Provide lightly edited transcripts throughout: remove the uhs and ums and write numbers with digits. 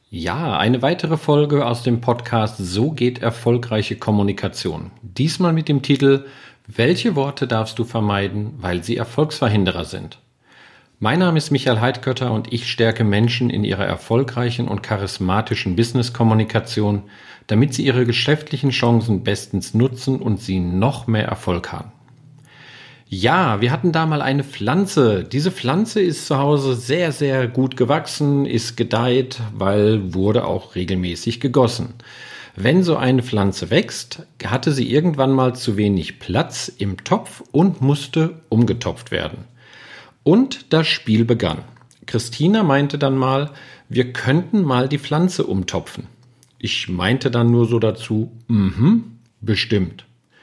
Ja, eine weitere Folge aus dem Podcast So geht erfolgreiche Kommunikation. Diesmal mit dem Titel Welche Worte darfst du vermeiden, weil sie Erfolgsverhinderer sind? Mein Name ist Michael Heidkötter und ich stärke Menschen in ihrer erfolgreichen und charismatischen Business-Kommunikation, damit sie ihre geschäftlichen Chancen bestens nutzen und sie noch mehr Erfolg haben. Ja, wir hatten da mal eine Pflanze. Diese Pflanze ist zu Hause sehr, sehr gut gewachsen, ist gedeiht, weil wurde auch regelmäßig gegossen. Wenn so eine Pflanze wächst, hatte sie irgendwann mal zu wenig Platz im Topf und musste umgetopft werden. Und das Spiel begann. Christina meinte dann mal, wir könnten mal die Pflanze umtopfen. Ich meinte dann nur so dazu, bestimmt.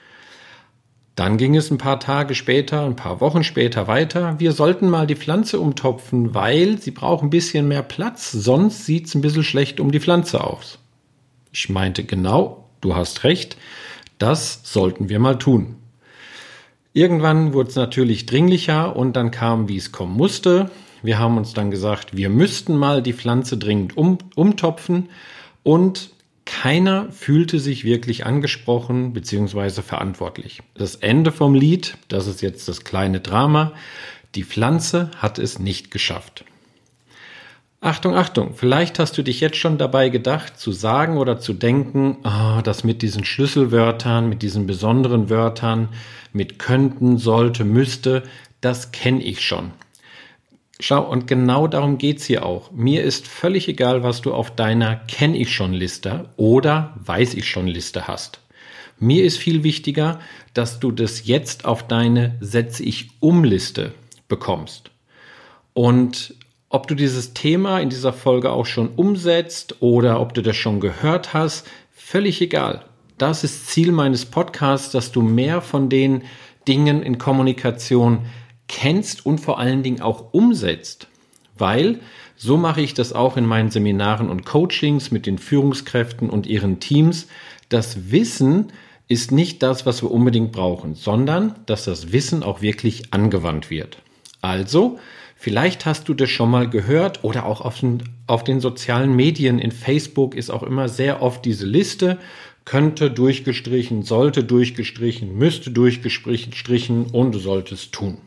Dann ging es ein paar Tage später, ein paar Wochen später weiter. Wir sollten mal die Pflanze umtopfen, weil sie braucht ein bisschen mehr Platz, sonst sieht es ein bisschen schlecht um die Pflanze aus. Ich meinte genau, du hast recht, das sollten wir mal tun. Irgendwann wurde es natürlich dringlicher und dann kam, wie es kommen musste. Wir haben uns dann gesagt, wir müssten mal die Pflanze dringend umtopfen und keiner fühlte sich wirklich angesprochen bzw. verantwortlich. Das Ende vom Lied, das ist jetzt das kleine Drama, die Pflanze hat es nicht geschafft. Achtung, Achtung, vielleicht hast du dich jetzt schon dabei gedacht, zu sagen oder zu denken, das mit diesen Schlüsselwörtern, mit diesen besonderen Wörtern, mit könnten, sollte, müsste, das kenne ich schon. Schau, und genau darum geht's hier auch. Mir ist völlig egal, was du auf deiner Kenn-ich-schon-Liste oder Weiß-ich-schon-Liste hast. Mir ist viel wichtiger, dass du das jetzt auf deine Setze-ich-um-Liste bekommst. Und ob du dieses Thema in dieser Folge auch schon umsetzt oder ob du das schon gehört hast, völlig egal. Das ist Ziel meines Podcasts, dass du mehr von den Dingen in Kommunikation kennst und vor allen Dingen auch umsetzt, weil so mache ich das auch in meinen Seminaren und Coachings mit den Führungskräften und ihren Teams. Das Wissen ist nicht das, was wir unbedingt brauchen, sondern dass das Wissen auch wirklich angewandt wird. Also, vielleicht hast du das schon mal gehört oder auch auf den sozialen Medien. In Facebook ist auch immer sehr oft diese Liste, könnte durchgestrichen, sollte durchgestrichen, müsste durchgestrichen und du solltest tun.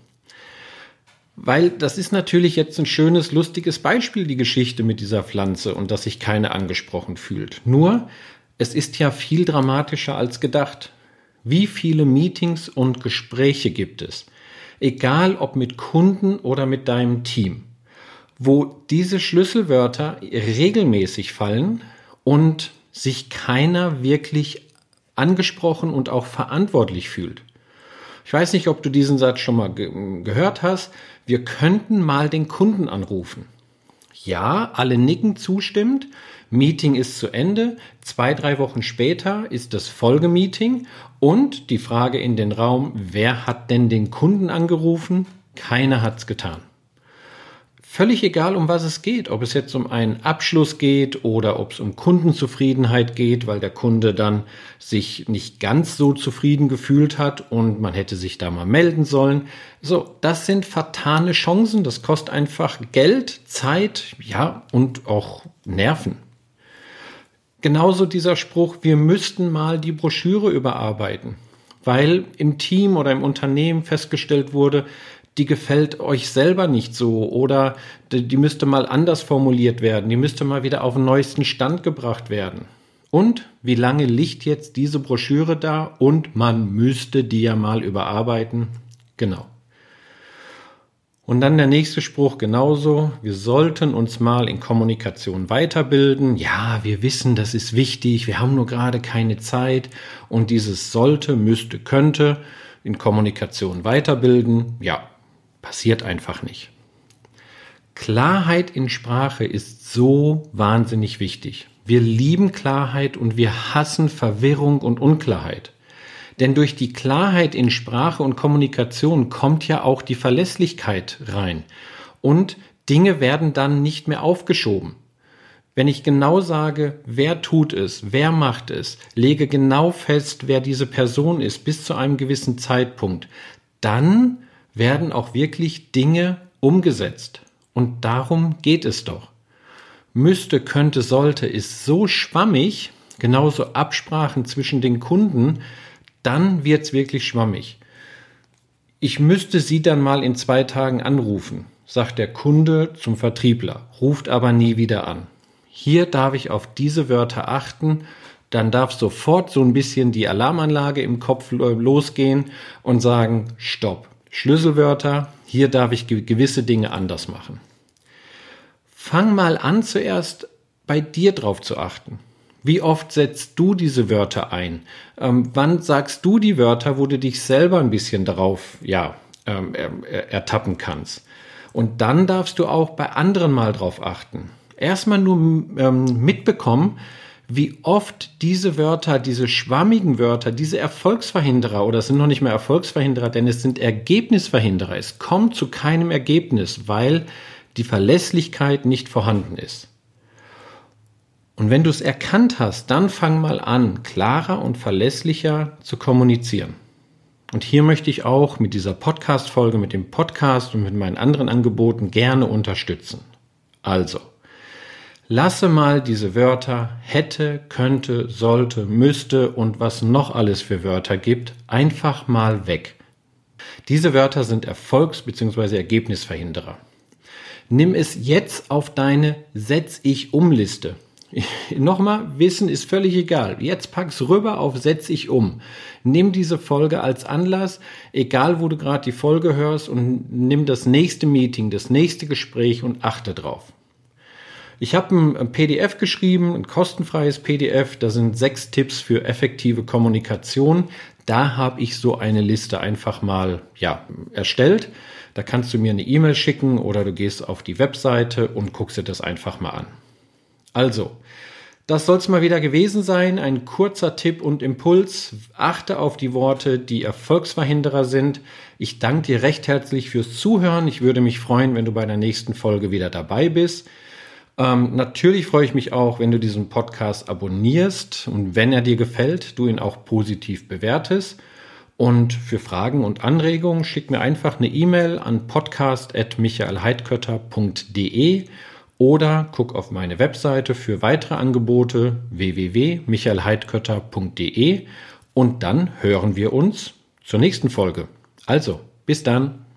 Weil das ist natürlich jetzt ein schönes, lustiges Beispiel, die Geschichte mit dieser Pflanze und dass sich keiner angesprochen fühlt. Nur, es ist ja viel dramatischer als gedacht. Wie viele Meetings und Gespräche gibt es? Egal ob mit Kunden oder mit deinem Team, wo diese Schlüsselwörter regelmäßig fallen und sich keiner wirklich angesprochen und auch verantwortlich fühlt. Ich weiß nicht, ob du diesen Satz schon mal gehört hast. Wir könnten mal den Kunden anrufen. Ja, alle nicken zustimmend. Meeting ist zu Ende. 2-3 Wochen später ist das Folgemeeting. Und die Frage in den Raum, wer hat denn den Kunden angerufen? Keiner hat's getan. Völlig egal, um was es geht, ob es jetzt um einen Abschluss geht oder ob es um Kundenzufriedenheit geht, weil der Kunde dann sich nicht ganz so zufrieden gefühlt hat und man hätte sich da mal melden sollen. So, das sind vertane Chancen, das kostet einfach Geld, Zeit, ja, und auch Nerven. Genauso dieser Spruch, wir müssten mal die Broschüre überarbeiten, weil im Team oder im Unternehmen festgestellt wurde, die gefällt euch selber nicht so oder die müsste mal anders formuliert werden, die müsste mal wieder auf den neuesten Stand gebracht werden. Und wie lange liegt jetzt diese Broschüre da und man müsste die ja mal überarbeiten? Genau. Und dann der nächste Spruch genauso, wir sollten uns mal in Kommunikation weiterbilden. Ja, wir wissen, das ist wichtig, wir haben nur gerade keine Zeit und dieses sollte, müsste, könnte in Kommunikation weiterbilden, ja, passiert einfach nicht. Klarheit in Sprache ist so wahnsinnig wichtig. Wir lieben Klarheit und wir hassen Verwirrung und Unklarheit. Denn durch die Klarheit in Sprache und Kommunikation kommt ja auch die Verlässlichkeit rein. Und Dinge werden dann nicht mehr aufgeschoben. Wenn ich genau sage, wer tut es, wer macht es, lege genau fest, wer diese Person ist, bis zu einem gewissen Zeitpunkt, dann werden auch wirklich Dinge umgesetzt. Und darum geht es doch. müsste, könnte, sollte ist so schwammig, genauso Absprachen zwischen den Kunden, dann wird es wirklich schwammig. Ich müsste Sie dann mal in 2 Tagen anrufen, sagt der Kunde zum Vertriebler, ruft aber nie wieder an. Hier darf ich auf diese Wörter achten, dann darf sofort so ein bisschen die Alarmanlage im Kopf losgehen und sagen, stopp, Schlüsselwörter, hier darf ich gewisse Dinge anders machen. Fang mal an, zuerst bei dir drauf zu achten. Wie oft setzt du diese Wörter ein? Wann sagst du die Wörter, wo du dich selber ein bisschen darauf ertappen kannst? Und dann darfst du auch bei anderen mal drauf achten. Erstmal nur mitbekommen, wie oft diese Wörter, diese schwammigen Wörter, diese Erfolgsverhinderer, oder es sind noch nicht mehr Erfolgsverhinderer, denn es sind Ergebnisverhinderer. Es kommt zu keinem Ergebnis, weil die Verlässlichkeit nicht vorhanden ist. Und wenn du es erkannt hast, dann fang mal an, klarer und verlässlicher zu kommunizieren. Und hier möchte ich auch mit dieser Podcast-Folge, mit dem Podcast und mit meinen anderen Angeboten gerne unterstützen. Also, lasse mal diese Wörter hätte, könnte, sollte, müsste und was noch alles für Wörter gibt, einfach mal weg. Diese Wörter sind Erfolgs- bzw. Ergebnisverhinderer. Nimm es jetzt auf deine Setz-ich-um-Liste. Nochmal, Wissen ist völlig egal. Jetzt pack's rüber auf Setz ich um. Nimm diese Folge als Anlass, egal wo du gerade die Folge hörst, und nimm das nächste Meeting, das nächste Gespräch und achte drauf. Ich habe ein PDF geschrieben, ein kostenfreies PDF, da sind 6 Tipps für effektive Kommunikation. Da habe ich so eine Liste einfach mal erstellt. Da kannst du mir eine E-Mail schicken oder du gehst auf die Webseite und guckst dir das einfach mal an. Also, das soll es mal wieder gewesen sein. Ein kurzer Tipp und Impuls. Achte auf die Worte, die Erfolgsverhinderer sind. Ich danke dir recht herzlich fürs Zuhören. Ich würde mich freuen, wenn du bei der nächsten Folge wieder dabei bist. Natürlich freue ich mich auch, wenn du diesen Podcast abonnierst und wenn er dir gefällt, du ihn auch positiv bewertest. Und für Fragen und Anregungen schick mir einfach eine E-Mail an podcast@michaelheidkötter.de oder guck auf meine Webseite für weitere Angebote www.michaelheidkötter.de und dann hören wir uns zur nächsten Folge. Also, bis dann.